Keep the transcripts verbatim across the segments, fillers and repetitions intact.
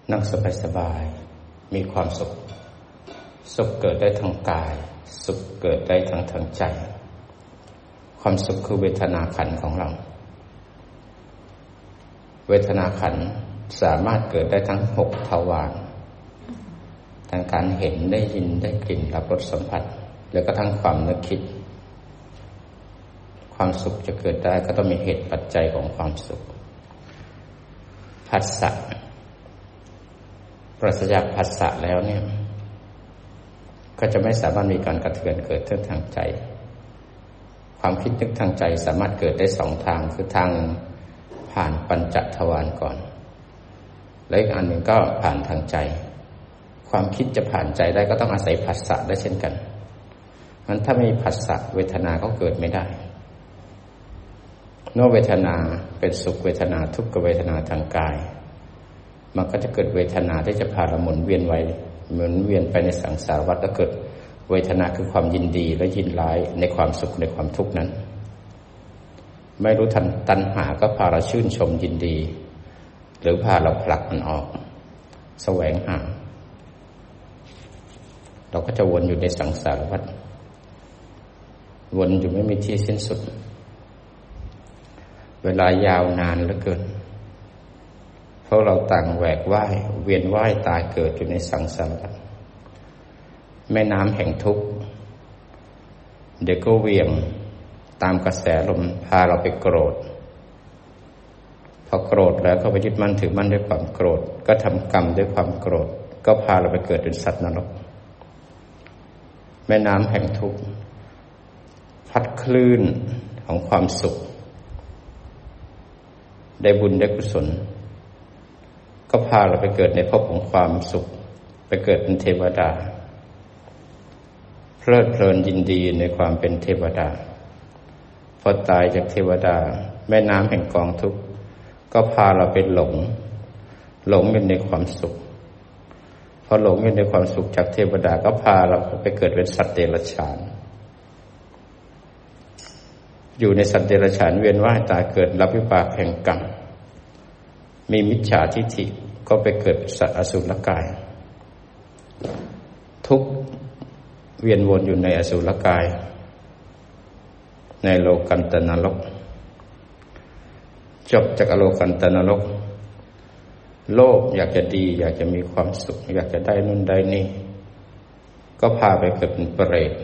นั่งสบายๆมีความสุขสุขเกิดได้ทางกายสุขเกิดได้ทางทางใจความสุขคือเวทนาขันธ์ของเราเวทนาขันธ์สามารถเกิดได้ทั้งหกทวารทางการเห็นได้ยินได้กลิ่นรับรสสัมผัสแล้วก็ทั้งความนึกคิดความสุขจะเกิดได้ก็ต้องมีเหตุปัจจัยของความสุขผัสสะปราศจากผัสสะแล้วเนี่ยก็จะไม่สามารถมีการกระเทือนเกิดขึ้นทางใจความคิดนึกทางใจสามารถเกิดได้สองทางคือทางผ่านปัญจทวารก่อนและอีกอันหนึ่งก็ผ่านทางใจความคิดจะผ่านใจได้ก็ต้องอาศัยผัสสะได้เช่นกันงั้นถ้าไม่มีผัสสะเวทนาก็เกิดไม่ได้เมื่อเวทนาเป็นสุขเวทนาทุกขเวทนาทางกายมันก็จะเกิดเวทนาที่จะพาเราหมุนเวียนไว้หมุนเวียนไปในสังสารวัฏแล้วเกิดเวทนาคือความยินดีและยินร้ายในความสุขในความทุกข์นั้นไม่รู้ทันตัณหาก็พาเราชื่นชมยินดีหรือพาเราผลักมันออกแสวงหาเราก็จะวนอยู่ในสังสารวัฏวนอยู่ไม่มีที่สิ้นสุดเวลายาวนานเหลือเกินเพราะเราต่างแหวกว่ายเวียนว่ายตายเกิดอยู่ในสังสารวัฏแม่น้ำแห่งทุกข์เดี๋ยวก็เวียงตามกระแสลมพาเราไปโกรธพอโกรธแล้วก็ไปยึดมั่นถือมั่นด้วยความโกรธก็ทำกรรมด้วยความโกรธก็พาเราไปเกิดเป็นสัตว์นรกแม่น้ำแห่งทุกข์พัดคลื่นของความสุขได้บุญได้กุศลก็พาเราไปเกิดในภพของความสุขไปเกิดเป็นเทวดาเพลิดเพลินยินดีในความเป็นเทวดาพอตายจากเทวดาแม่น้ำแห่งกองทุกข์ก็พาเราไปหลงหลงอยู่ในความสุขพอหลงอยู่ในความสุขจากเทวดาก็พาเราไปเกิดเป็นสัตว์เดรัจฉานอยู่ในสัตว์เดรัจฉานเวียนว่ายตายเกิดรับวิบากแห่งกรรมมีมิจฉาทิฏฐิก็ไปเกิดเป็นสัตว์อสุรกายทุกเวียนวนอยู่ในอสุรกายในโลกันตนรกจบจากอโลกันตนรกโลภอยากจะดีอยากจะมีความสุขอยากจะได้นู่นได้นี่ก็พาไปเกิดเป็นเปรต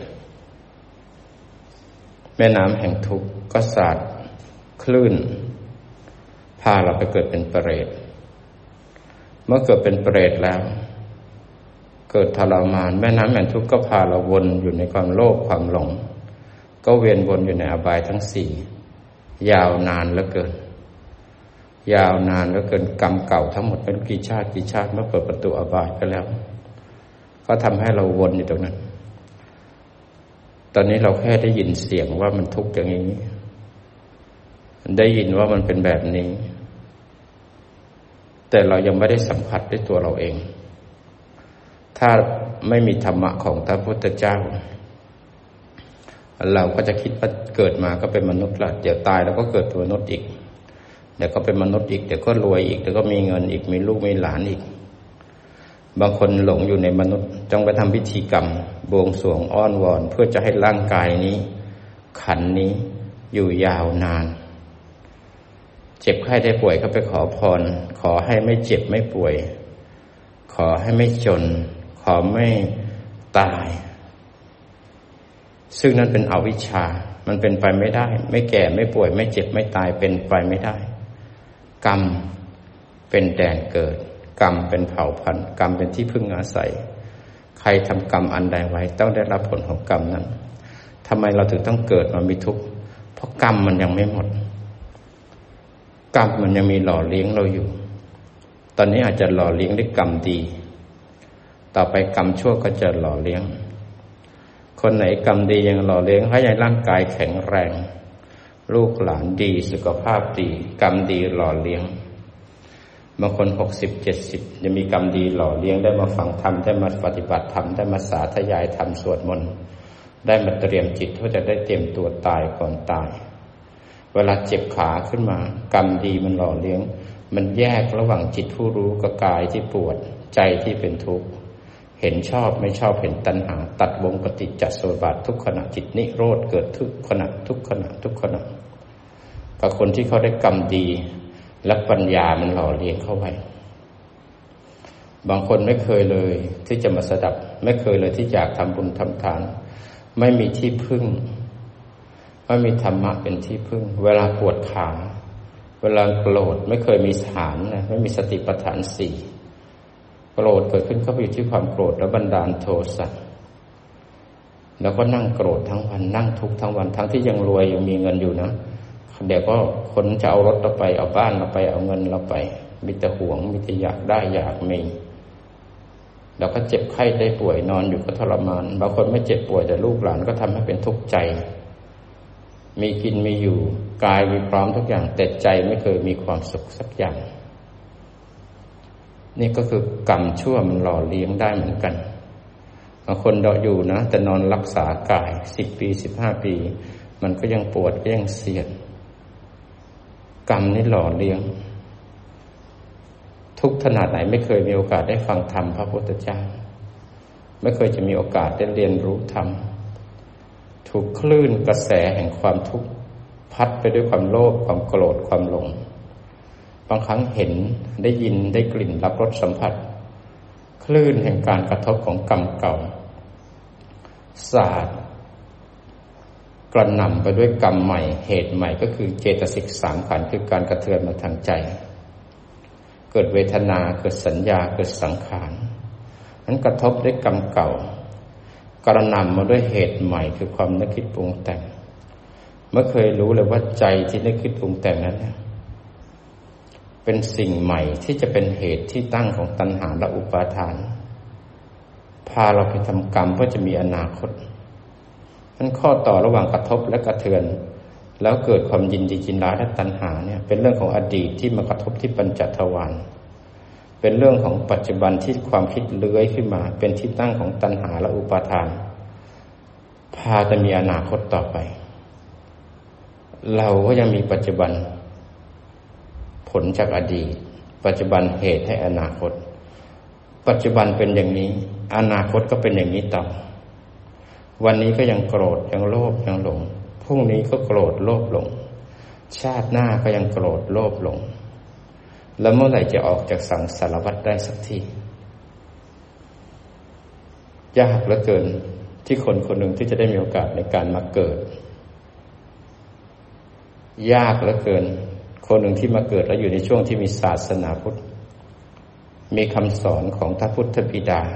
แม่น้ำแห่งทุกข์ก็สาดคลื่นพาเราไปเกิดเป็นเปรตเมื่อเกิดเป็นเปรตแล้วเกิดทรมานแม่น้ำแห่งทุกข์ก็พาเราวนอยู่ในความโลภความหลงก็เวียนวนอยู่ในอบายทั้งสี่ยาวนานเหลือเกินยาวนานเหลือเกินกรรมเก่าทั้งหมดเป็นกี่ชาติกี่ชาติเมื่อเปิดประตูอบายไปแล้วก็ทำให้เราวนอยู่ตรงนั้นตอนนี้เราแค่ได้ยินเสียงว่ามันทุกข์อย่างนี้ได้ยินว่ามันเป็นแบบนี้แต่เรายังไม่ได้สัมผัสด้วยตัวเราเองถ้าไม่มีธรรมะของพระพุทธเจ้าเราก็จะคิดว่าเกิดมาก็เป็นมนุษย์ละเดี๋ยวตายแล้วก็เกิดเป็นมนุษย์อีกเดี๋ยวก็เป็นมนุษย์อีกเดี๋ยวก็รวยอีกเดี๋ยวก็มีเงินอีกมีลูกมีหลานอีกบางคนหลงอยู่ในมนุษย์ต้องไปทำพิธีกรรมบวงสรวงอ้อนวอนเพื่อจะให้ร่างกายนี้ขันธ์นี้อยู่ยาวนานเจ็บไข้ได้ป่วยก็ไปขอพรขอให้ไม่เจ็บไม่ป่วยขอให้ไม่จนขอไม่ตายซึ่งนั่นเป็นอวิชชามันเป็นไปไม่ได้ไม่แก่ไม่ป่วยไม่เจ็บไม่ตายเป็นไปไม่ได้กรรมเป็นแดนเกิดกรรมเป็นเผ่าพันธุ์กรรมเป็นที่พึ่งอาศัยใครทำกรรมอันใดไว้ต้องได้รับผลของกรรมนั้นทำไมเราถึงต้องเกิดมามีทุกข์เพราะกรรมมันยังไม่หมดกรรมมันยังมีหล่อเลี้ยงเราอยู่ตอนนี้อาจจะหล่อเลี้ยงด้วยกรรมดีต่อไปกรรมชั่วก็จะหล่อเลี้ยงคนไหนกรรมดียังหล่อเลี้ยงให้ร่างกายแข็งแรงลูกหลานดีสุขภาพดีกรรมดีหล่อเลี้ยงบางคนหกสิบเจ็ดสิบจะมีกรรมดีหล่อเลี้ยงได้มาฟังธรรมได้มาปฏิบัติธรรมได้มาสาธยายธรรมสวดมนต์ได้มาเตรียมจิตเพื่อจะได้เตรียมตัวตายก่อนตายเวลาเจ็บขาขึ้นมากรรมดีมันหล่อเลี้ยงมันแยกระหว่างจิตผู้รู้กับกายที่ปวดใจที่เป็นทุกข์เห็นชอบไม่ชอบเห็นตัณหาตัดวงปฏิจจสมุปบาททุกขณะจิตนิโรธเกิดทุกขณะทุกขณะทุกขณะกับคนที่เขาได้กรรมดีและปัญญามันหล่อเลี้ยงเข้าไว้บางคนไม่เคยเลยที่จะมาสดับไม่เคยเลยที่อยากทำบุญทำทานไม่มีที่พึ่งไม่มีธรรมะเป็นที่พึ่งเวลาปวดขาเวลาโกรธไม่เคยมีฐานนะไม่มีสติปัฏฐานสี่โกรธเกิดขึ้นก็ไปอยู่ที่ความโกรธแล้วบันดาลโทสะแล้วก็นั่งโกรธทั้งวันนั่งทุกข์ทั้งวันทั้งที่ยังรวยยังมีเงินอยู่นะเดี๋ยวก็คนจะเอารถเราไปเอาบ้านเราไปเอาเงินเราไปมีแต่หวงมีแต่อยากได้อยากมีเราก็เจ็บไข้ได้ป่วยนอนอยู่ก็ทรมานบางคนไม่เจ็บป่วยแต่ลูกหลานก็ทำให้เป็นทุกข์ใจมีกินมีอยู่กายมีพร้อมทุกอย่างแต่ใจไม่เคยมีความสุขสักอย่างนี่ก็คือกรรมชั่วมันหล่อเลี้ยงได้เหมือนกันบางคนเดาะอยู่นะแต่นอนรักษากายสิบปีสิบห้าปีมันก็ยังปวดก็ยังเสียดกรรมนี่หล่อเลี้ยงทุกขนาดไหนไม่เคยมีโอกาสได้ฟังธรรมพระพุทธเจ้าไม่เคยจะมีโอกาสได้เรียนรู้ธรรมถูกคลื่นกระแสแห่งความทุกข์พัดไปด้วยความโลภความโกรธความหลงบางครั้งเห็นได้ยินได้กลิ่นรับรสสัมผัสคลื่นแห่งการกระทบของกรรมเก่าสาดกระหน่ำไปด้วยกรรมใหม่เหตุใหม่ก็คือเจตสิกสามขันธ์คือการกระเทือนมาทางใจเกิดเวทนาเกิดสัญญาเกิดสังขารนั้นกระทบด้วยกรรมเก่ากระหน่ำมาด้วยเหตุใหม่คือความนึกคิดปรุงแต่งเมื่อเคยรู้เลยว่าใจที่นึกคิดปรุงแต่งนั้นเนี่ยเป็นสิ่งใหม่ที่จะเป็นเหตุที่ตั้งของตัณหาและอุปาทานพาเราไปทำกรรมเพื่อจะมีอนาคตนั้นข้อต่อระหว่างกระทบและกระเทือนแล้วเกิดความยินดียินร้ายและตัณหาเนี่ยเป็นเรื่องของอดีตที่มากระทบที่ปัญจทวารเป็นเรื่องของปัจจุบันที่ความคิดเลื้อยขึ้นมาเป็นที่ตั้งของตัณหาและอุปาทานพาจะมีอนาคตต่อไปเราก็ยังมีปัจจุบันผลจากอดีตปัจจุบันเหตุให้อนาคตปัจจุบันเป็นอย่างนี้อนาคตก็เป็นอย่างนี้ต่อวันนี้ก็ยังโกรธยังโลภยังหลงพรุ่งนี้ก็โกรธโลภหลงชาติหน้าก็ยังโกรธโลภหลงแล้วเมื่อไหร่จะออกจากสังสารวัฏได้สักทียากเหลือเกินที่คนคนหนึ่งที่จะได้มีโอกาสในการมาเกิดยากเหลือเกินคนหนึ่งที่มาเกิดแล้วอยู่ในช่วงที่มีศาสนาพุทธมีคำสอนของพระพุทธบิดา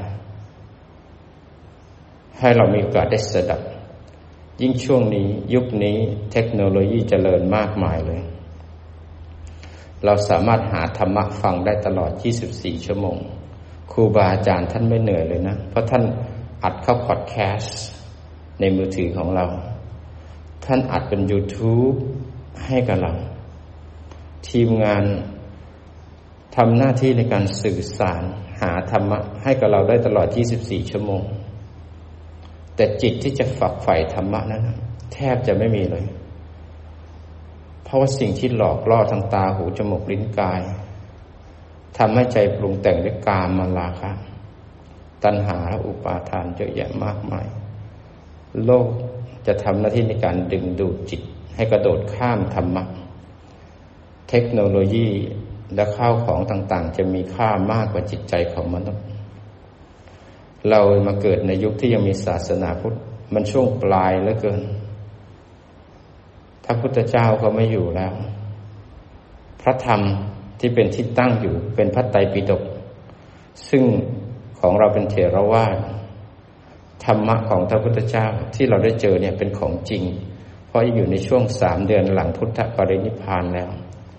ให้เรามีโอกาสได้สดับยิ่งช่วงนี้ยุคนี้เทคโนโลยีเจริญมากมายเลยเราสามารถหาธรรมะฟังได้ตลอดยี่สิบสี่ชั่วโมงครูบาอาจารย์ท่านไม่เหนื่อยเลยนะเพราะท่านอัดเข้าพอดแคสต์ในมือถือของเราท่านอัดเป็น YouTube ให้กับเราทีมงานทำหน้าที่ในการสื่อสารหาธรรมะให้กับเราได้ตลอดยี่สิบสี่ชั่วโมงแต่จิตที่จะฝักใฝ่ธรรมะนั้นแทบจะไม่มีเลยเพราะว่าสิ่งที่หลอกล่อทางตาหูจมูกลิ้นกายทำให้ใจปรุงแต่งด้วยกามราคะตัณหาและอุปาทานเยอะแยะมากมายโลกจะทำหน้าที่ในการดึงดูดจิตให้กระโดดข้ามธรรมะเทคโนโลยีและข้าวของต่างๆจะมีค่ามากกว่าจิตใจของมนุษย์เรามาเกิดในยุคที่ยังมีศาสนาพุทธมันช่วงปลายเหลือเกินพระพุทธเจ้าเขาไม่อยู่แล้วพระธรรมที่เป็นที่ตั้งอยู่เป็นพระไตรปิฎกซึ่งของเราเป็นเถรวาทธรรมะของพระพุทธเจ้าที่เราได้เจอเนี่ยเป็นของจริงเพราะอยู่ในช่วงสามเดือนหลังพุทธปรินิพพานแล้ว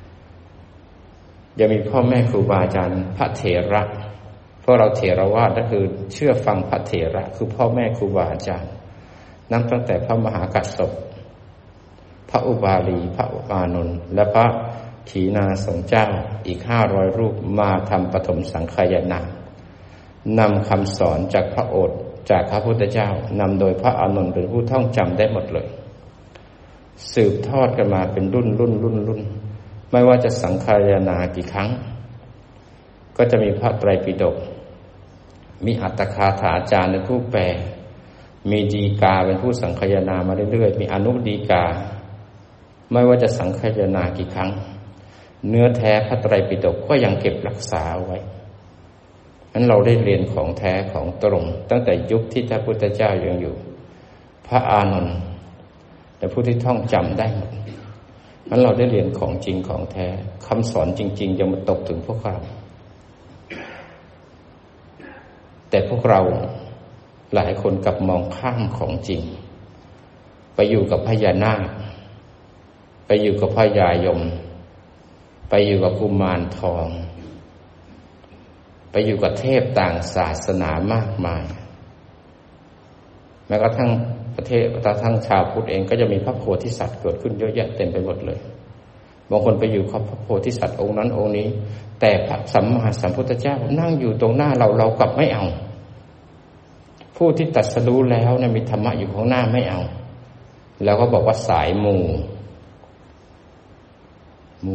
ยังมีพ่อแม่ครูบาอาจารย์พระเถระพวกเราเถรวาทก็คือเชื่อฟังพระเถระคือพ่อแม่ครูบาอาจารย์นับตั้งแต่พระมหากัสสปพระอุบาลีพระอานนท์และพระขีณาสงฆ์เจ้าอีกห้าร้อยรูปมาทำปฐมสังฆายนานำคำสอนจากพระโอษฐ์จากพระพุทธเจ้านำโดยพระอานนท์เป็นผู้ท่องจำได้หมดเลยสืบทอดกันมาเป็นรุ่นรุ่นรุ่นรุ่นไม่ว่าจะสังคายนากี่ครั้งก็จะมีพระไตรปิฎกมีอัตถคาถาอาจารย์เป็นผู้แปลมีฎีกาเป็นผู้สังคายนามาเรื่อยๆมีอนุฎีกาไม่ว่าจะสังคายนากี่ครั้งเนื้อแท้พระไตรปิฎกก็ยังเก็บรักษาไว้นั้นเราได้เรียนของแท้ของตรงตั้งแต่ยุคที่พระพุทธเจ้ายังอยู่พระอานนท์และผู้ที่ท่องจำได้หมดนั้นเราได้เรียนของจริงของแท้คำสอนจริงๆยังมาตกถึงพวกเราแต่พวกเราหลายคนกลับมองข้ามของจริงไปอยู่กับพญานาคไปอยู่กับพญายมไปอยู่กับกุมารทองไปอยู่กับเทพต่างศาสนามากมายแม้กระทั่งประเทศกระทั่งชาวพุทธเองก็จะมีพระโพธิสัตว์เกิดขึ้นเยอะแยะเต็มไปหมดเลยบางคนไปอยู่กับพระโพธิสัตว์องค์นั้นองค์นี้แต่พระสัมมาสัมพุทธเจ้านั่งอยู่ตรงหน้าเราเรากลับไม่เอาผู้ที่ตรัสรู้แล้วเนี่ยมีธรรมะอยู่ข้างหน้าไม่เอาแล้วก็บอกว่าสายมูมู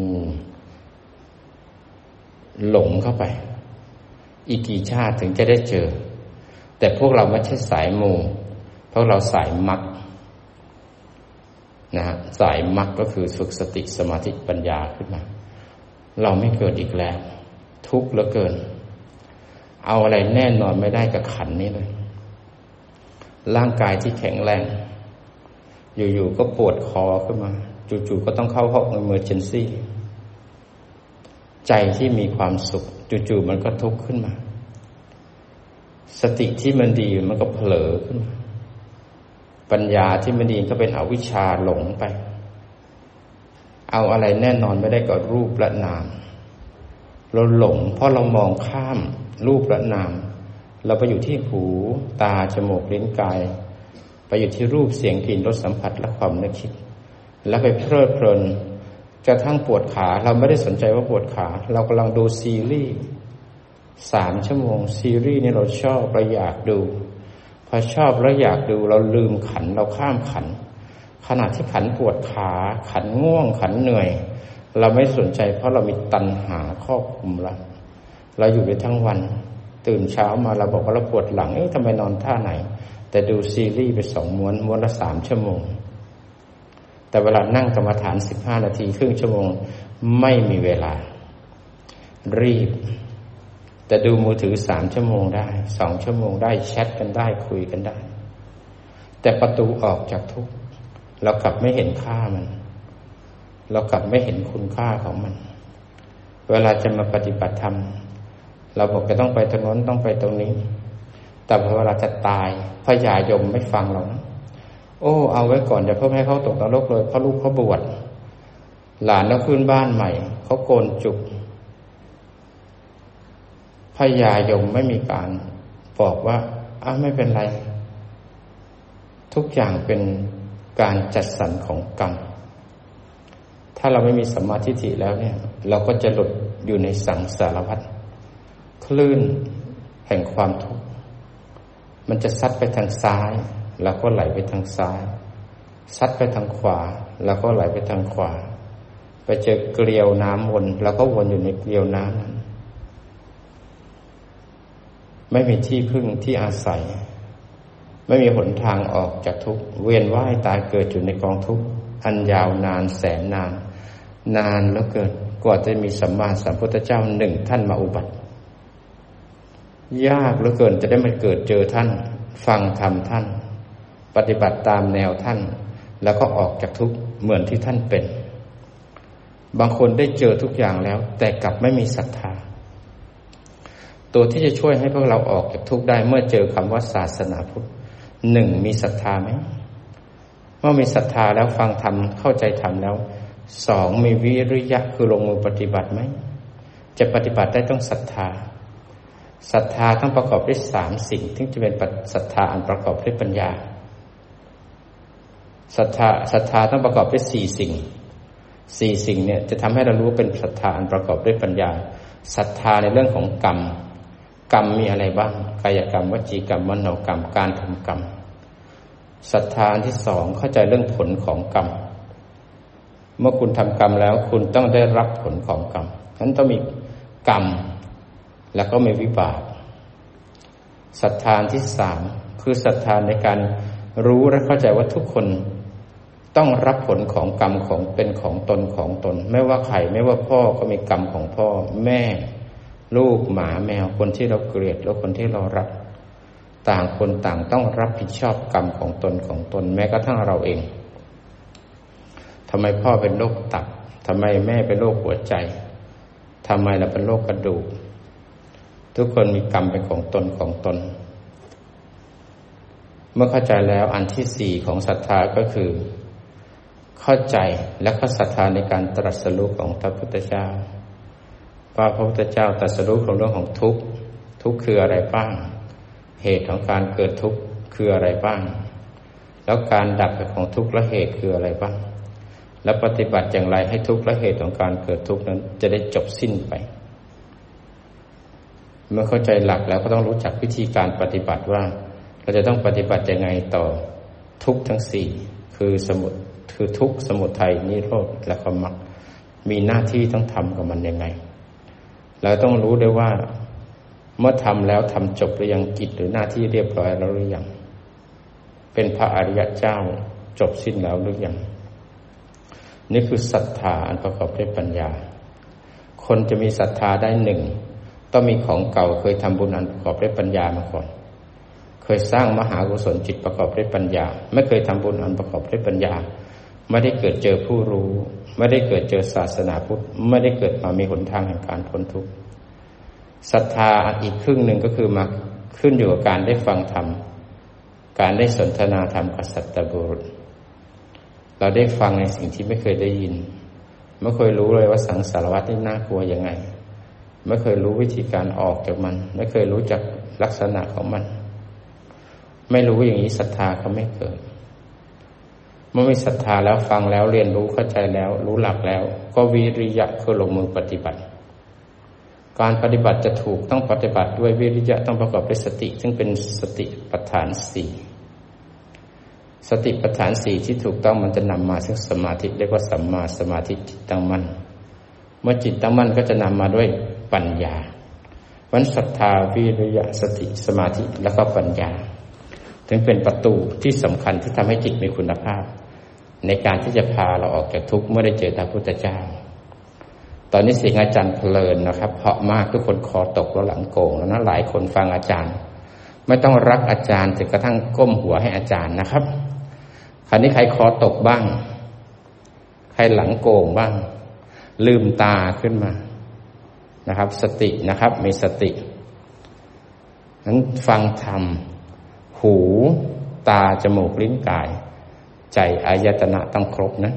หลงเข้าไปอีกกี่ชาติถึงจะได้เจอแต่พวกเราไม่ใช่สายมูพวกเราสายมรรคนะฮะสายมรรคก็คือฝึกสติสมาธิปัญญาขึ้นมาเราไม่เกิดอีกแล้วทุกข์เหลือเกินเอาอะไรแน่นอนไม่ได้กับขันนี้เลยร่างกายที่แข็งแรงอยู่ๆก็ปวดคอขึ้นมาจู่ๆก็ต้องเข้าห้องเอเมอร์เจนซี่ใจที่มีความสุขจู่ๆมันก็ทุกข์ขึ้นมาสติที่มันดีมันก็เผลอขึ้นมาปัญญาที่มันดีก็เป็นอวิชชาหลงไปเอาอะไรแน่นอนไม่ได้กับรูปและนามเราหลงเพราะเรามองข้ามรูปและนามเราไปอยู่ที่หูตาจมูกลิ้นกายไปอยู่ที่รูปเสียงกลิ่นรสสัมผัสและความนึกคิดแล้วไปเพลิดเพลินกระทั่งปวดขาเราไม่ได้สนใจว่าปวดขาเรากำลังดูซีรีส์สามชั่วโมงซีรีส์นี่เราชอบเราอยากดูพอชอบแล้วอยากดูเราลืมขันเราข้ามขันขณะที่ขันปวดขาขันง่วงขันเหนื่อยเราไม่สนใจเพราะเรามีตัณหาครอบคลุมเราเราอยู่ไปทั้งวันตื่นเช้ามาเราบอกว่าเราปวดหลังเอ๊ะทำไมนอนท่าไหนแต่ดูซีรีส์ไปสองม้วนม้วนละสามชั่วโมงแต่เวลานั่งกรรมฐานสิบห้านาทีครึ่งชั่วโมงไม่มีเวลารีบแต่ดูมือถือสามชั่วโมงได้สองชั่วโมงได้แชทกันได้คุยกันได้แต่ประตูออกจากทุกข์เรากลับไม่เห็นค่ามันเรากลับไม่เห็นคุณค่าของมันเวลาจะมาปฏิบัติธรรมเราบอกจะต้องไปตรงนั้นต้องไปตรงนี้แต่พอเวลาจะตายพญายมไม่ฟังเรานะโอ้เอาไว้ก่อนอย่าเพิ่งให้เขาตกนรกเลยเพราะลูกเขาบวชหลานแล้วขึ้นบ้านใหม่เขาโกนจุกพญายมไม่มีการบอกว่าอ้าวไม่เป็นไรทุกอย่างเป็นการจัดสรรของกรรมถ้าเราไม่มีสัมมาทิฏฐิแล้วเนี่ยเราก็จะหลุดอยู่ในสังสารวัฏคลื่นแห่งความทุกข์มันจะซัดไปทางซ้ายแล้วก็ไหลไปทางซ้ายซัดไปทางขวาแล้วก็ไหลไปทางขวาไปเจอเกลียวน้ำวนแล้วก็วนอยู่ในเกลียวน้ำนั้นไม่มีที่พึ่งที่อาศัยไม่มีหนทางออกจากทุกข์เวียนว่ายตายเกิดอยู่ในกองทุกข์อันยาวนานแสนนานนานเหลือเกินกว่าจะมีสัมมาสัมพุทธเจ้าหนึ่งท่านมาอุบัติยากเหลือเกินจะได้มาเกิดเจอท่านฟังธรรมท่านปฏิบัติตามแนวท่านแล้วก็ออกจากทุกข์เหมือนที่ท่านเป็นบางคนได้เจอทุกอย่างแล้วแต่กลับไม่มีศรัทธาตัวที่จะช่วยให้พวกเราออกจากทุกข์ได้เมื่อเจอคำว่าศาสนาพุทธหนึ่งมีศรัทธาไหมเมื่อมีศรัทธาแล้วฟังธรรมเข้าใจธรรมแล้วสองมีวิริยะคือลงมือปฏิบัติไหมจะปฏิบัติได้ต้องศรัทธาศรัทธาต้องประกอบด้วยสามสิ่งถึงจะเป็นศรัทธาอันประกอบด้วยปัญญาศรัทธาศรัทธาต้องประกอบด้วยสี่สิ่งสี่สิ่งเนี่ยจะทำให้เรารู้เป็นศรัทธาอันประกอบด้วยปัญญาศรัทธาในเรื่องของกรรมกรรมมีอะไรบ้างกายกรรมวจีกรรมมโนกรรมการทำกรรมศรัทธาที่สองเข้าใจเรื่องผลของกรรมเมื่อคุณทำกรรมแล้วคุณต้องได้รับผลของกรรมฉะนั้นต้องมีกรรมแล้วก็มีวิบากศรัทธาที่สามคือศรัทธาในการรู้และเข้าใจว่าทุกคนต้องรับผลของกรรมของเป็นของตนของตนไม่ว่าใครไม่ว่าพ่อก็มีกรรมของพ่อแม่ลูกหมาแมวคนที่เราเกลียดแล้วคนที่เรารักต่างคนต่างต้องรับผิดชอบกรรมของตนของตนแม้กระทั่งเราเองทำไมพ่อเป็นโรคตับทำไมแม่เป็นโรคหัวใจทำไมเราเป็นโรคกระดูกทุกคนมีกรรมเป็นของตนของตนเมื่อเข้าใจแล้วอันที่สี่ของศรัทธาก็คือเข้าใจและก็ศรัทธาในการตรัสรู้ของพระพุทธเจ้าว่าพระพุทธเจ้าตรัสรู้ของเรื่องของทุกข์ทุกข์คืออะไรบ้างเหตุของการเกิดทุกข์คืออะไรบ้างแล้วการดับของทุกข์และเหตุคืออะไรบ้างและปฏิบัติอย่างไรให้ทุกข์และเหตุของการเกิดทุกข์นั้นจะได้จบสิ้นไปเมื่อเข้าใจหลักแล้วก็ต้องรู้จักวิธีการปฏิบัติว่าเราจะต้องปฏิบัติยังไงต่อทุกข์ทั้งสี่คือสมุทคือทุกข์สมุทัยนิโรธและก็มรรคมีหน้าที่ต้องทำกับมันยังไงเราต้องรู้ด้วยว่าเมื่อทำแล้วทำจบหรือยังกิจหรือหน้าที่เรียบร้อยแล้วหรือยังเป็นพระอริยเจ้าจบสิ้นแล้วหรือยังนี่คือศรัทธาอันประกอบด้วยปัญญาคนจะมีศรัทธาได้หนึ่งต้องมีของเก่าเคยทำบุญอันประกอบด้วยปัญญามาก่อนเคยสร้างมหากุศลจิตประกอบด้วยปัญญาไม่เคยทำบุญอันประกอบด้วยปัญญาไม่ได้เกิดเจอผู้รู้ไม่ได้เกิดเจอศาสนาพุทธไม่ได้เกิดมามีหนทางแห่งการพ้นทุกข์ศรัทธาอีกครึ่งหนึ่งก็คือมาขึ้นอยู่กับการได้ฟังธรรมการได้สนทนาธรรมกับสัตตบุรุษเราได้ฟังในสิ่งที่ไม่เคยได้ยินไม่เคยรู้เลยว่าสังสารวัฏนี่น่ากลัวยังไงไม่เคยรู้วิธีการออกจากมันไม่เคยรู้จักลักษณะของมันไม่รู้อย่างนี้ศรัทธาก็ไม่เกิดเมื่อมีศรัทธาแล้วฟังแล้วเรียนรู้เข้าใจแล้วรู้หลักแล้วก็วิริยะคือลงมือปฏิบัติการปฏิบัติจะถูกต้องปฏิบัติด้วยวิริยะต้องประกอบด้วยสติซึ่งเป็นสติปัฏฐานสี่สติปัฏฐานสี่ที่ถูกต้องมันจะนำมาซึ่งสมาธิเรียกว่าสัมมาสมาธิจิตตั้งมั่นเมื่อจิตตั้งมั่นก็จะนำมาด้วยปัญญาวันศรัทธาวิริยะสติสมาธิแล้วก็ปัญญาถึงเป็นประตูที่สำคัญที่ทำให้จิตมีคุณภาพในการที่จะพาเราออกจากทุกข์เมื่อได้เจอพระพุทธเจ้าตอนนี้เสียงอาจารย์เพลินนะครับเพราะมากทุกคนคอตกแล้วหลังโก่งแล้วนะหลายคนฟังอาจารย์ไม่ต้องรักอาจารย์ถึงกระทั่งก้มหัวให้อาจารย์นะครับคราวนี้ใครคอตกบ้างใครหลังโก่งบ้างลืมตาขึ้นมานะครับสตินะครับมีสตินั้นฟังธรรมหูตาจมูกลิ้นกายใจอายตนะต้องครบนะ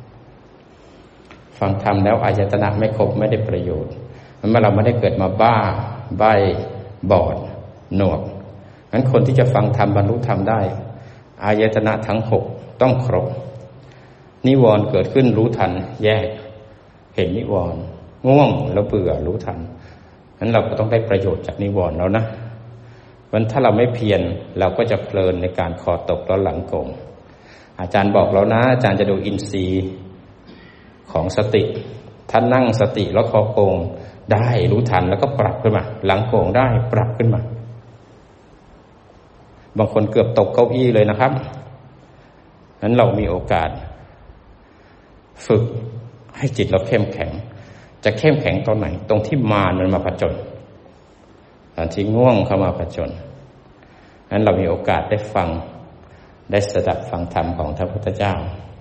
ฟังธรรมแล้วอายตนะไม่ครบไม่ได้ประโยชน์มันเมื่อเราไม่ได้เกิดมาบ้าใบ้บอดหนวกงั้นคนที่จะฟังธรรมบรรลุธรรมได้อายตนะทั้งหกต้องครบนิวรณ์เกิดขึ้นรู้ทันแยกเห็นนิวรณ์ง่วงแล้วเบื่อรู้ทันงั้นเราก็ต้องได้ประโยชน์จากนิวรณ์แล้วนะวันถ้าเราไม่เพียรเราก็จะเพลินในการคอตกแล้วหลังโก่งอาจารย์บอกแล้วนะอาจารย์จะดูอินทรีย์ของสติท่านนั่งสติแล้วคอโก่งได้รู้ทันแล้วก็ปรับขึ้นมาหลังโก่งได้ปรับขึ้นมาบางคนเกือบตกเก้าอี้เลยนะครับนั้นเรามีโอกาสฝึกให้จิตเราเข้มแข็งจะเข้มแข็งตอนไหนตรงที่มารมันมาผจญตอนที่ง่วงเข้ามาผจญนั้นเรามีโอกาสได้ฟังได้สดับฟังธรรมของพระพุทธเจ้า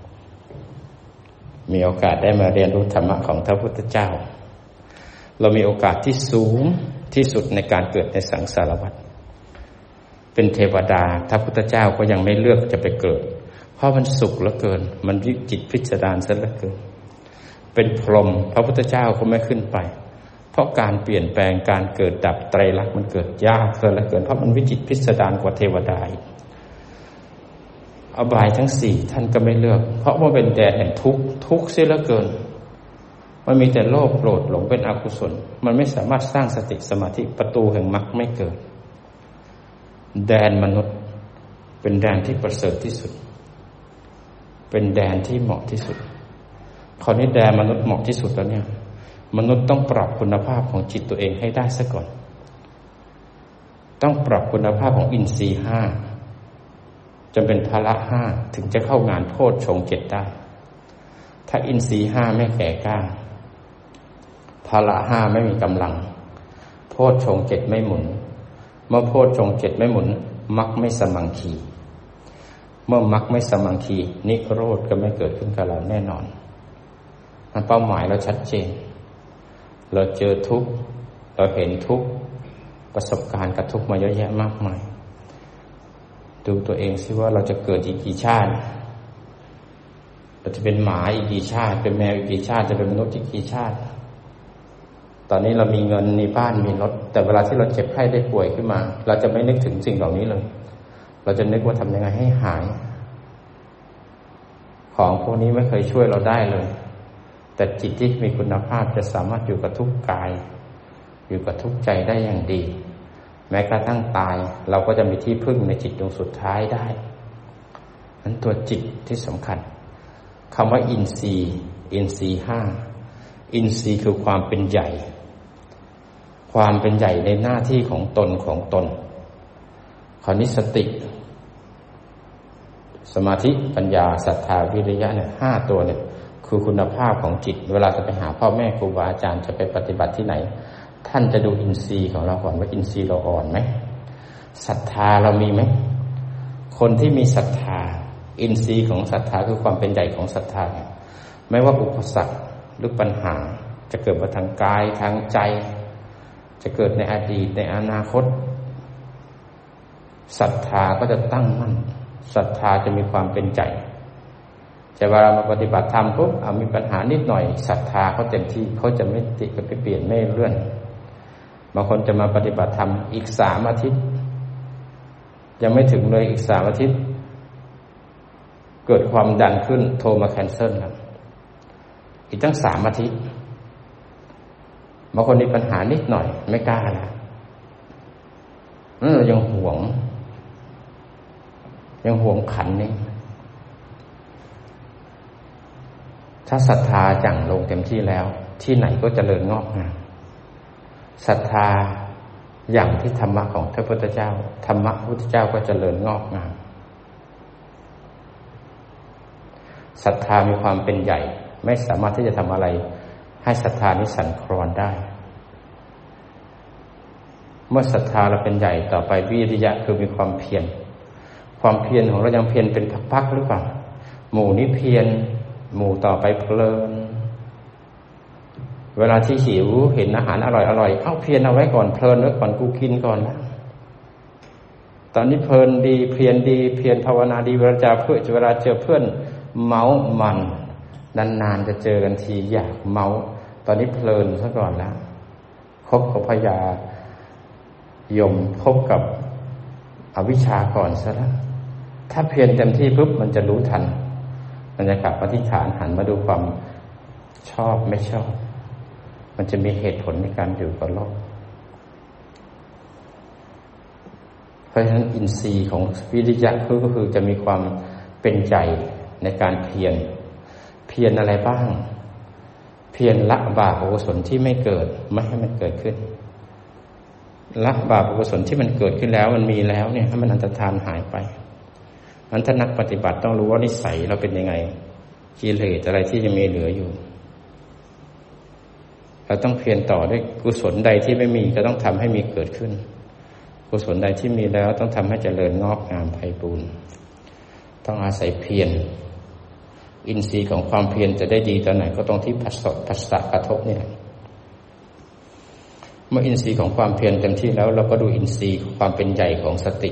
มีโอกาสได้มาเรียนรู้ธรรมะของพระพุทธเจ้าเรามีโอกาสที่สูงที่สุดในการเกิดในสังสารวัฏเป็นเทวดาพระพุทธเจ้าก็ยังไม่เลือกจะไปเกิดเพราะมันสุขเหลือเกินมันวิจิตรพิสดารซะเหลือเกินเป็นพรหมพระพุทธเจ้าก็ไม่ขึ้นไปเพราะการเปลี่ยนแปลงการเกิดดับไตรลักษณ์มันเกิดยากเหลือเกินเพราะมันวิจิตรพิสดารกว่าเทวดาอบายทั้งสี่ท่านก็ไม่เลือกเพราะว่าเป็นแดนแห่งทุกข์ทุกข์เสียเหลือเกินมันมีแต่โลภโกรธหลงเป็นอกุศลมันไม่สามารถสร้างสติสมาธิประตูแห่งมรรคไม่เกิดแดนมนุษย์เป็นแดนที่ประเสริฐที่สุดเป็นแดนที่เหมาะที่สุดคราวนี้แดนมนุษย์เหมาะที่สุดแล้วเนี่ยมนุษย์ต้องปรับคุณภาพของจิตตัวเองให้ได้ซะก่อนต้องปรับคุณภาพของอินทรีย์ห้าจนเป็นพละห้าถึงจะเข้างานโพชฌงค์เจ็ดได้ถ้าอินทรีย์ห้าไม่แก่กล้าพละห้าไม่มีกำลังโพชฌงค์เจ็ดไม่หมุนเมื่อโพชฌงค์เจ็ดไม่หมุนมรรคไม่สมังคีเมื่อมรรคไม่สมังคีนิโรธก็ไม่เกิดขึ้นกับเราแน่นอนเป้าหมายเราชัดเจนเราเจอทุกข์เราเห็นทุกข์ประสบการณ์กับทุกข์มาเยอะแยะมากมายดูตัวเองซิว่าเราจะเกิดอีกกี่ชาติเราจะเป็นหมาอีกกี่ชาติเป็นแมวอีกกี่ชาติจะเป็นมนุษย์อีกกี่ชาติตอนนี้เรามีเงินมีบ้านมีรถแต่เวลาที่เราเจ็บไข้ได้ป่วยขึ้นมาเราจะไม่นึกถึงสิ่งเหล่านี้เลยเราจะนึกว่าทำยังไงให้หายของพวกนี้ไม่เคยช่วยเราได้เลยแต่จิตที่มีคุณภาพจะสามารถอยู่กับทุกกายอยู่กับทุกใจได้อย่างดีแม้กระทั่งตายเราก็จะมีที่พึ่งในจิตดวงสุดท้ายได้นั้นตัวจิตที่สำคัญคำว่าอินทรีย์อินทรีย์ห้าอินทรีย์คือความเป็นใหญ่ความเป็นใหญ่ในหน้าที่ของตนของตนคราวนี้สติสมาธิปัญญาศรัทธาวิริยะเนี่ยห้าตัวเนี่ยคือคุณภาพของจิตเวลาจะไปหาพ่อแม่ครูบาอาจารย์จะไปปฏิบัติที่ไหนท่านจะดูอินทรีย์ของเราก่อนว่าอินทรีย์เราอ่อนไหมศรัทธาเรามีไหมคนที่มีศรัทธาอินทรีย์ของศรัทธาคือความเป็นใหญ่ของศรัทธาเนี่ยไม่ว่าอุปสรรคหรือปัญหาจะเกิดมาทางกายทางใจจะเกิดในอดีตในอนาคตศรัทธาก็จะตั้งมั่นศรัทธาจะมีความเป็นใจแต่เวลามาปฏิบัติธรรมปุ๊บเอามีปัญหานิดหน่อยศรัทธาเขาเต็มที่เขาจะไม่ติดกับไปเปลี่ยนไม่เลื่อนบางคนจะมาปฏิบัติธรรมอีกสามอาทิตย์ยังไม่ถึงเลยอีกสามอาทิตย์เกิดความดันขึ้นโทรมาแคนเซิลครับอีกตั้งสามอาทิตย์บางคนมีปัญหานิดหน่อยไม่กล้าแล้วนั่นเรายังหวงยังหวงขันนี้ถ้าศรัทธาจั่งลงเต็มที่แล้วที่ไหนก็เจริญงอกงามศรัทธาอย่างที่ธรรมะของพระพุทธเจ้าธรรมะพระพุทธเจ้าก็เจริญงอกงามศรัทธามีความเป็นใหญ่ไม่สามารถที่จะทำอะไรให้ศรัทธานี้สั่นคลอนได้เมื่อศรัทธาเราเป็นใหญ่ต่อไปวิริยะคือมีความเพียรความเพียรของเรายังเพียรเป็นพักๆหรือเปล่าหมู่นี้เพียรหมู่ต่อไปเพลินเวลาที่หิวเห็นอาหารอร่อยอร่อยเอ้าเพียรเอาไว้ก่อนเพลินไว้ก่อนกูกินก่อนแล้วตอนนี้เพลินดีเพียรดีเพียรภาวนาดีเวลาเจอเพื่อนเวลาเจอเพื่อนเมามันนานๆจะเจอกันทีอยากเมาตอนนี้เพลินซะก่อนแล้วคบกับพยายมคบกับอวิชชาก่อนซะแล้วถ้าเพียรเต็มที่ปุ๊บมันจะรู้ทันมันจะกลับมาที่ฐานหันมาดูความชอบไม่ชอบมันจะมีเหตุผลในการอยู่กับโลกเพราะฉะนั้นอินทรีย์ของวิริยะคือก็คือจะมีความเป็นใจในการเพียรเพียรอะไรบ้างเพียรละบาปอกุศลที่ไม่เกิดไม่ให้มันเกิดขึ้นละบาปอกุศลที่มันเกิดขึ้นแล้วมันมีแล้วเนี่ยให้มันอันตรธานหายไปนั้นถ้านักปฏิบัติต้องรู้ว่านิสัยเราเป็นยังไงกิเลสอะไรที่ยังมีเหลืออยู่เราต้องเพียรต่อด้วยกุศลใดที่ไม่มีก็ต้องทำให้มีเกิดขึ้นกุศลใดที่มีแล้วต้องทำให้เจริญงอกงามไพบูรย์ต้องอาศัยเพียรอินทรีย์ของความเพียรจะได้ดีตอนไหนก็ตรงที่ผัสสะผัสสะกระทบเนี่ยเมื่ออินทรีย์ของความเพียรเต็มที่แล้วเราก็ดูอินทรีย์ความเป็นใหญ่ของสติ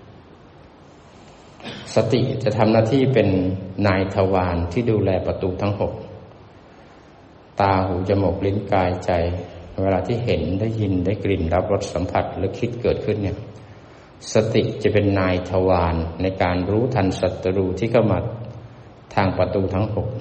สติจะทำหน้าที่เป็นนายทวารที่ดูแลประตูทั้งหกตาหูจมูกลิ้นกายใจเวลาที่เห็นได้ยินได้กลิ่นรับรสสัมผัสหรือคิดเกิดขึ้นเนี่ยสติจะเป็นนายทวารในการรู้ทันศัตรูที่เข้ามาทางประตูทั้งหก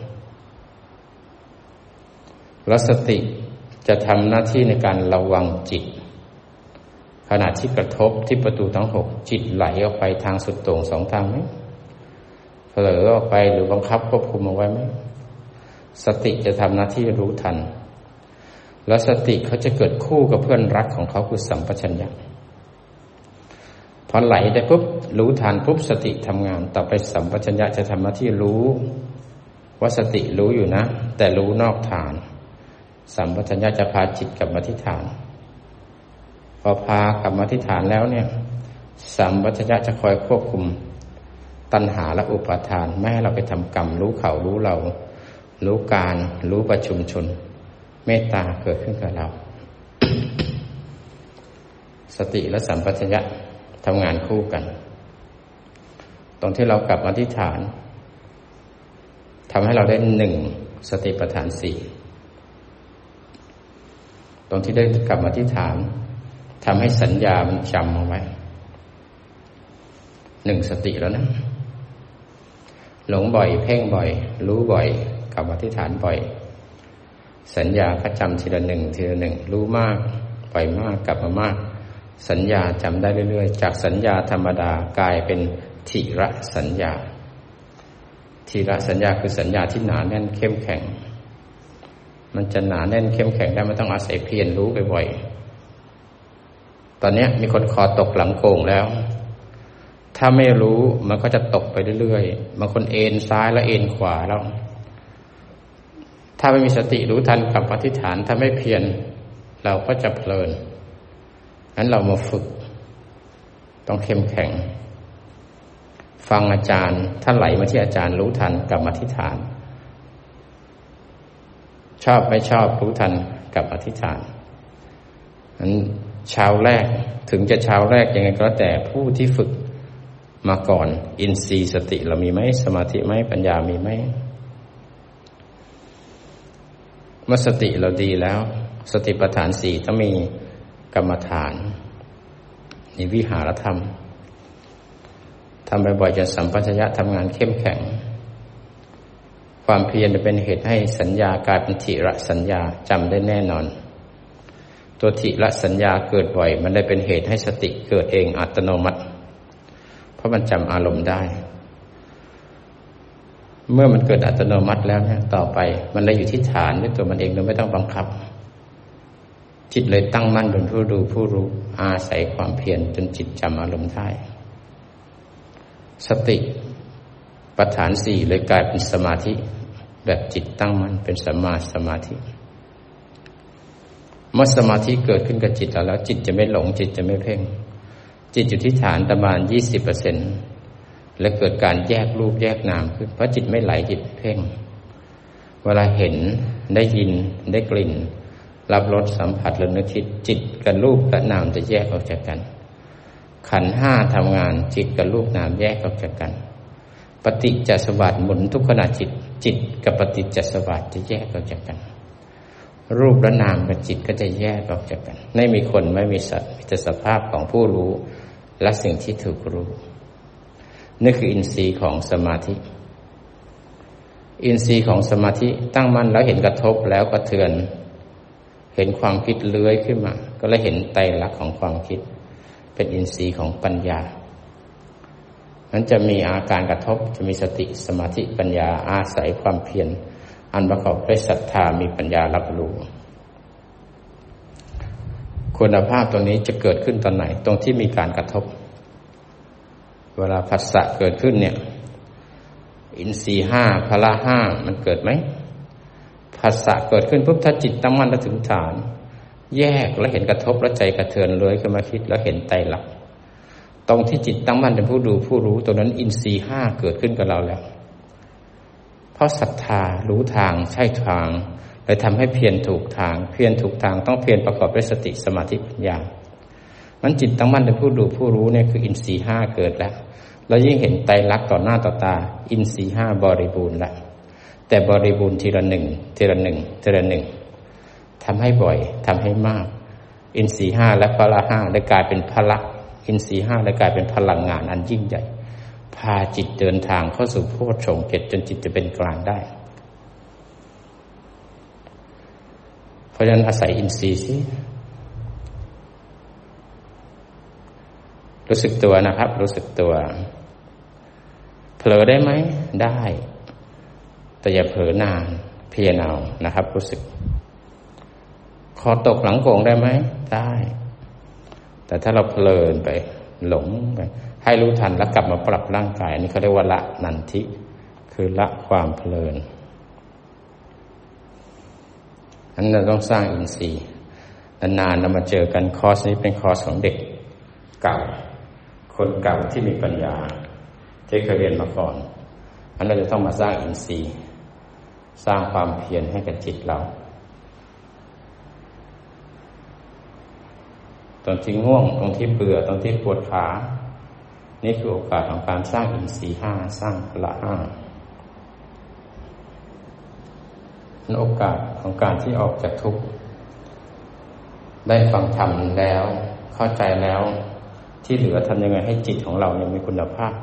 และสติจะทำหน้าที่ในการระวังจิตขณะที่กระทบที่ประตูทั้งหกจิตไหลออกไปทางสุดโต่งสองทางไหมเผลอออกไปหรือบังคับควบคุมเอาไว้ไหมสติจะทำหน้าที่รู้ทันแล้วสติเขาจะเกิดคู่กับเพื่อนรักของเขาคือสัมปชัญญะพอไหลได้ปุ๊บรู้ทันปุ๊บสติทำงานต่อไปสัมปชัญญะจะทำหน้าที่รู้ว่าสติรู้อยู่นะแต่รู้นอกฐานสัมปชัญญะจะพาจิตกลับมาที่ฐานพอพากลับมาที่ฐานแล้วเนี่ยสัมปชัญญะจะคอยควบคุมตัณหาและอุปาทานไม่ให้เราไปทำกรรมรู้เขารู้เรารู้การรู้ประชุมชนเมตตาเกิดขึ้นกับเรา สติและสัมปชัญญะทำงานคู่กันตรงที่เรากลับมาที่ฐานทำให้เราได้หนึ่งสติปัฏฐานสี่ตรงที่ได้กลับมาที่ฐานทำให้สัญญามันจำเอาไว้หนึ่งสติแล้วนะหลงบ่อยเพ่งบ่อยรู้บ่อยกลับมาที่ฐานบ่อยสัญญาก็จำทีละหนึ่งทีละหนึ่งรู้มากปล่อยมากกลับมามากสัญญาจำได้เรื่อยๆจากสัญญาธรรมดากลายเป็นทิระสัญญาทิระสัญญาคือสัญญาที่หนาแน่นเข้มแข็งมันจะหนาแน่นเข้มแข็งได้มันต้องอาศัยเพียรรู้บ่อยๆตอนนี้มีคนคอตกหลังโก่งแล้วถ้าไม่รู้มันก็จะตกไปเรื่อยๆบางคนเอ็นซ้ายแล้วเอ็นขวาแล้วถ้าไม่มีสติรู้ทันกับอธิษฐานถ้าไม่เพียรเราก็จะเพลินงั้นเรามาฝึกต้องเข้มแข็งฟังอาจารย์ถ้าไหลมาที่อาจารย์รู้ทันกับอธิษฐานชอบไม่ชอบรู้ทันกับอธิษฐานงั้นชาวแรกถึงจะชาวแรกยังไงก็แล้วแต่ผู้ที่ฝึกมาก่อนอินทรีย์สติเรามีไหมสมาธิไหมปัญญามีไหมเมื่อสติเราดีแล้วสติปัฏฐานสี่ต้องมีกรรมฐานนี่วิหารธรรมทำบ่อยๆจนสัมปชัญญะทำงานเข้มแข็งความเพียรจะเป็นเหตุให้สัญญากลายเป็นทิระสัญญาจำได้แน่นอนตัวทิระสัญญาเกิดบ่อยมันได้เป็นเหตุให้สติเกิดเองอัตโนมัติเพราะมันจำอารมณ์ได้เมื่อมันเกิดอัตโนมัติแล้วเนี่ยต่อไปมันเลยอยู่ที่ฐานด้วยตัวมันเองโดยไม่ต้องบังคับจิตเลยตั้งมั่นเป็นผู้ดูผู้รู้อาศัยความเพียรจนจิตจำอารมณ์ได้สติปัฏฐานสี่เลยกลายเป็นสมาธิแบบจิตตั้งมั่นเป็นสัมมาสมาธิเมื่อสมาธิเกิดขึ้นกับจิตแล้วจิตจะไม่หลงจิตจะไม่เพ่งจิตอยู่ที่ฐานประมาณ ยี่สิบเปอร์เซ็นต์ และเกิดการแยกรูปแยกนามขึ้นเพราะจิตไม่ไหลจิตเพ่งเวลาเห็นได้ยินได้กลิ่นรับรสสัมผัสหรือนึกคิดจิตกับรูปกับนามจะแยกออกจากกันขันธ์ห้าทำงานจิตกับรูปนามแยกออกจากกันปฏิจจสมุปบาทหมุนทุกขณะจิตจิตกับปฏิจจสมุปบาทจะแยกออกจากกันรูปและนามกับจิตก็จะแยกออกจากกันไม่มีคนไม่มีสัตว์มีแต่สภาพของผู้รู้และสิ่งที่ถูกรู้นี่คืออินทรีย์ของสมาธิอินทรีย์ของสมาธิตั้งมั่นแล้วเห็นกระทบแล้วกระเทือนเห็นความคิดเลื้อยขึ้นมาก็เลยเห็นไตรลักษณ์ของความคิดเป็นอินทรีย์ของปัญญานั้นจะมีอาการกระทบจะมีสติสมาธิปัญญาอาศัยความเพียรอันประกอบด้วยศรัทธามีปัญญารับรู้คุณภาพตรงนี้จะเกิดขึ้นตอนไหนตรงที่มีการกระทบเวลาผัสสะเกิดขึ้นเนี่ยอินทรีย์ห้าพละห้ามันเกิดไหมผัสสะเกิดขึ้นปุ๊บถ้าจิตตั้งมั่นแล้วถึงฐานแยกแล้วเห็นกระทบแล้วใจกระเทือนเลยขึ้นมาคิดแล้วเห็นไตรลักษณ์ตรงที่จิตตั้งมั่นเป็นผู้ดูผู้รู้ตรงนั้นอินทรีย์ห้าเกิดขึ้นกับเราแล้วเพราะศรัทธารู้ทางใช่ทางเลยทำให้เพียรถูกทางเพียรถูกทางต้องเพียรประกอบด้วยสติสมาธิปัญญามันจิตตั้งมั่นเป็นผู้ดูผู้รู้เนี่ยคืออินทรีย์ห้าเกิดแล้วแล้วยิ่งเห็นไตรลักษณ์ต่อหน้าต่อตาอินทรีย์ห้าบริบูรณ์แล้วแต่บริบูรณ์ทีละหนึ่งทีละหนึ่งทีละหนึ่งทำให้บ่อยทำให้มากอินทรีย์ห้าและพละห้าได้กลายเป็นพละอินทรีย์ห้าได้กลายเป็นพลังงานอันยิ่งใหญ่พาจิตเดินทางเข้าสู่โพชฌงค์เจ็ดจนจิตจะเป็นกลางได้เพราะฉะนั้นอาศัยอินทรีย์สิรู้สึกตัวนะครับรู้สึกตัวเผลอได้ไหมได้แต่อย่าเผลอนานเพียรเอานะครับรู้สึกคอตกหลังโก่งได้ไหมได้แต่ถ้าเราเพลินไปหลงไปให้รู้ทันแล้วกลับมาปรับร่างกายอันนี้เขาเรียกว่าละนันทิคือละความเพลินอันนั้นเราต้องสร้างอินทรีย์นานๆเรามาเจอกันคอร์สนี้เป็นคอร์สของเด็กเก่าคนเก่าที่มีปัญญาที่เคยเรียนมาก่อนอันเราจะต้องมาสร้างอินทรีย์สร้างความเพียรให้กับจิตเราตรงที่ง่วงตรงที่เบื่อตรงที่ปวดขานี่คือโอกาสของการสร้างอินทรีย์ห้าสร้างพละห้าเป็นโอกาสของการที่ออกจากทุกข์ได้ฟังธรรมแล้วเข้าใจแล้วที่เหลือทำยังไงให้จิตของเรายังมีคุณภาพ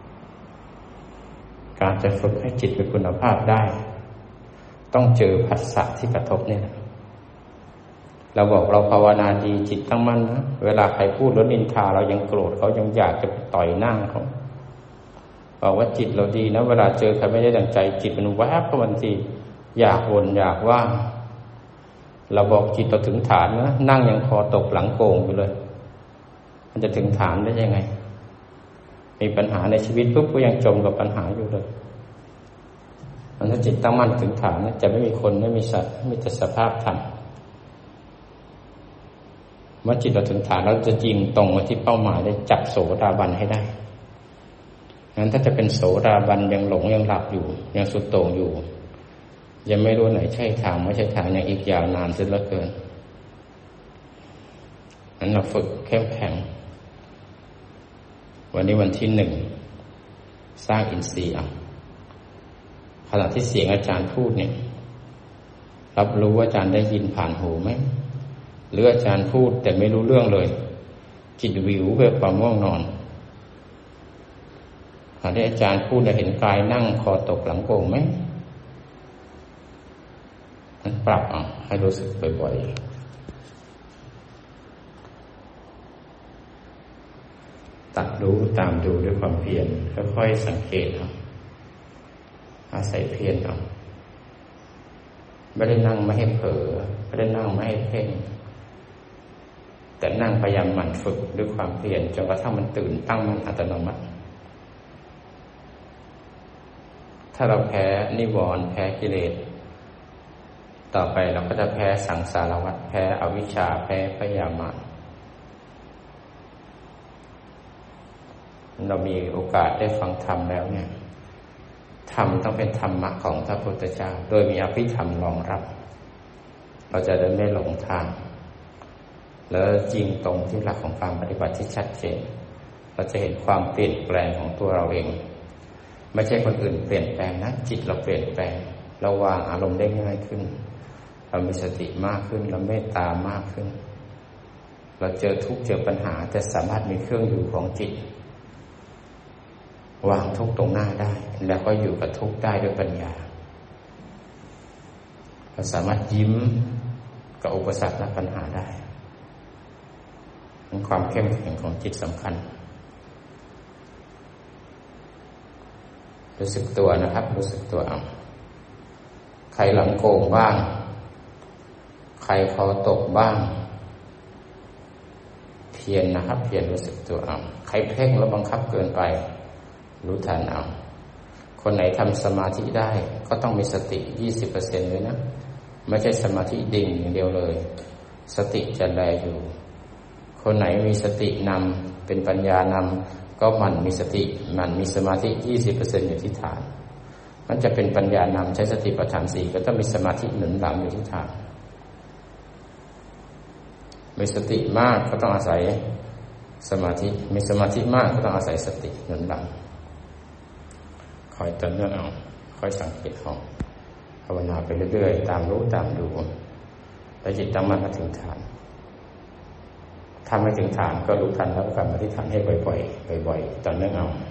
การจะฝึกให้จิตมีคุณภาพได้ต้องเจอผัสสะที่กระทบเนี่ยเราบอกเราภาวนาดีจิตตั้งมั่นนะเวลาใครพูดแล้วนินทาเรายังโกรธเขายังอยากจะไปต่อยหน้าเขาบอกว่าจิตเราดีนะเวลาเจอใครไม่ได้ดั่งใจจิตมันแวบเข้ามาทันทีอยากวนอยากว่าเราบอกจิตเราถึงฐานนะนั่งยังคอตกหลังโก่งอยู่เลยมันจะถึงฐานได้ยังไงมีปัญหาในชีวิตปุ๊บก็ยังจมกับปัญหาอยู่เลยมันถ้าจิตตั้งมั่นถึงฐานนะจะไม่มีคนไม่มีสัตว์มีแต่สภาพธรรมเมื่อจิตเราถึงฐานเราจะยิงตรงมาที่เป้าหมายได้จับโสดาบันให้ได้งั้นถ้าจะเป็นโสดาบันยังหลงยังหลับอยู่ยังสุดโต่งอยู่ยังไม่รู้ไหนใช่ทางไม่ใช่ทางยังอีกยาวนานเสียเหลือเกินงั้นเราฝึกเข้มแข็งวันนี้วันที่หนึ่งสร้างอินทรีย์อ่ะขณะที่เสียงอาจารย์พูดเนี่ยรับรู้ว่าอาจารย์ได้ยินผ่านหูไหมหรืออาจารย์พูดแต่ไม่รู้เรื่องเลยจิตวิวเพื่อความง่วงนอนขณะที่อาจารย์พูดได้เห็นกายนั่งคอตกหลังโก่งไหมมันปรับอ่ะให้รู้สึกบ่อยๆตัดรู้ตามดูด้วยความเพียรค่อยๆสังเกตเอาอาศัยเพียรเอาไม่ได้นั่งไม่ให้เผลอไม่ได้นั่งไม่ให้เพ่งแต่นั่งพยายามหมั่นฝึกด้วยความเพียรจนกระทั่งมันตื่นตั้งมันอัตโนมัติถ้าเราแพ้นิวรณ์แพ้กิเลสต่อไปเราก็จะแพ้สังสารวัฏแพ้อวิชชาแพ้พยามารเรามีโอกาสได้ฟังธรรมแล้วเนี่ยธรรมต้องเป็นธรรมะของพระพุทธเจ้าโดยมีอภิธรรมรองรับเราจะได้ไม่หลงทางแล้วจริงตรงที่หลักของการปฏิบัติที่ชัดเจนเราจะเห็นความเปลี่ยนแปลงของตัวเราเองไม่ใช่คนอื่นเปลี่ยนแปลงนะจิตเราเปลี่ยนแปลงเราวางอารมณ์ได้ง่ายขึ้นเรามีสติมากขึ้นเราเมตตามากขึ้นเราเจอทุกข์เจอปัญหาแต่สามารถมีเครื่องอยู่ของจิตวางทุกข์ตรงหน้าได้แล้วก็อยู่กับทุกข์ได้ด้วยปัญญาเราสามารถยิ้มกับอุปสรรคและปัญหาได้เป็นความเข้มแข็งของจิตสำคัญรู้สึกตัวนะครับรู้สึกตัวเอาใครหลังโก่งบ้างใครคอตกบ้างเพียรนะครับเพียรรู้สึกตัวเอาใครเพ่งแล้วบังคับเกินไปรู้ทันเอาคนไหนทำสมาธิได้ก็ต้องมีสติ ยี่สิบเปอร์เซ็นต์ เลยนะไม่ใช่สมาธิดิ่งอย่างเดียวเลยสติจะแลอยู่คนไหนมีสตินำเป็นปัญญานำก็มันมีสติมันมีสมาธิ ยี่สิบเปอร์เซ็นต์ อยู่ที่ฐานมันจะเป็นปัญญานำใช้สติปัฏฐานสี่ก็ต้องมีสมาธิหนุนหลังอยู่ที่ฐานมีสติมากก็ต้องอาศัยสมาธิมีสมาธิมากก็ต้องอาศัยสติหนุนหลังคอยเตือนเรื่องเอาคอยสังเกตเอาภาวนาไปเรื่อยๆตามรู้ตามดูแล้วจิตตั้งมั่นมาถึงฐานถ้าไม่ถึงฐานก็รู้ทันแล้วกลับมาที่ฐานให้บ่อยๆบ่อยๆต่อเนื่องเอา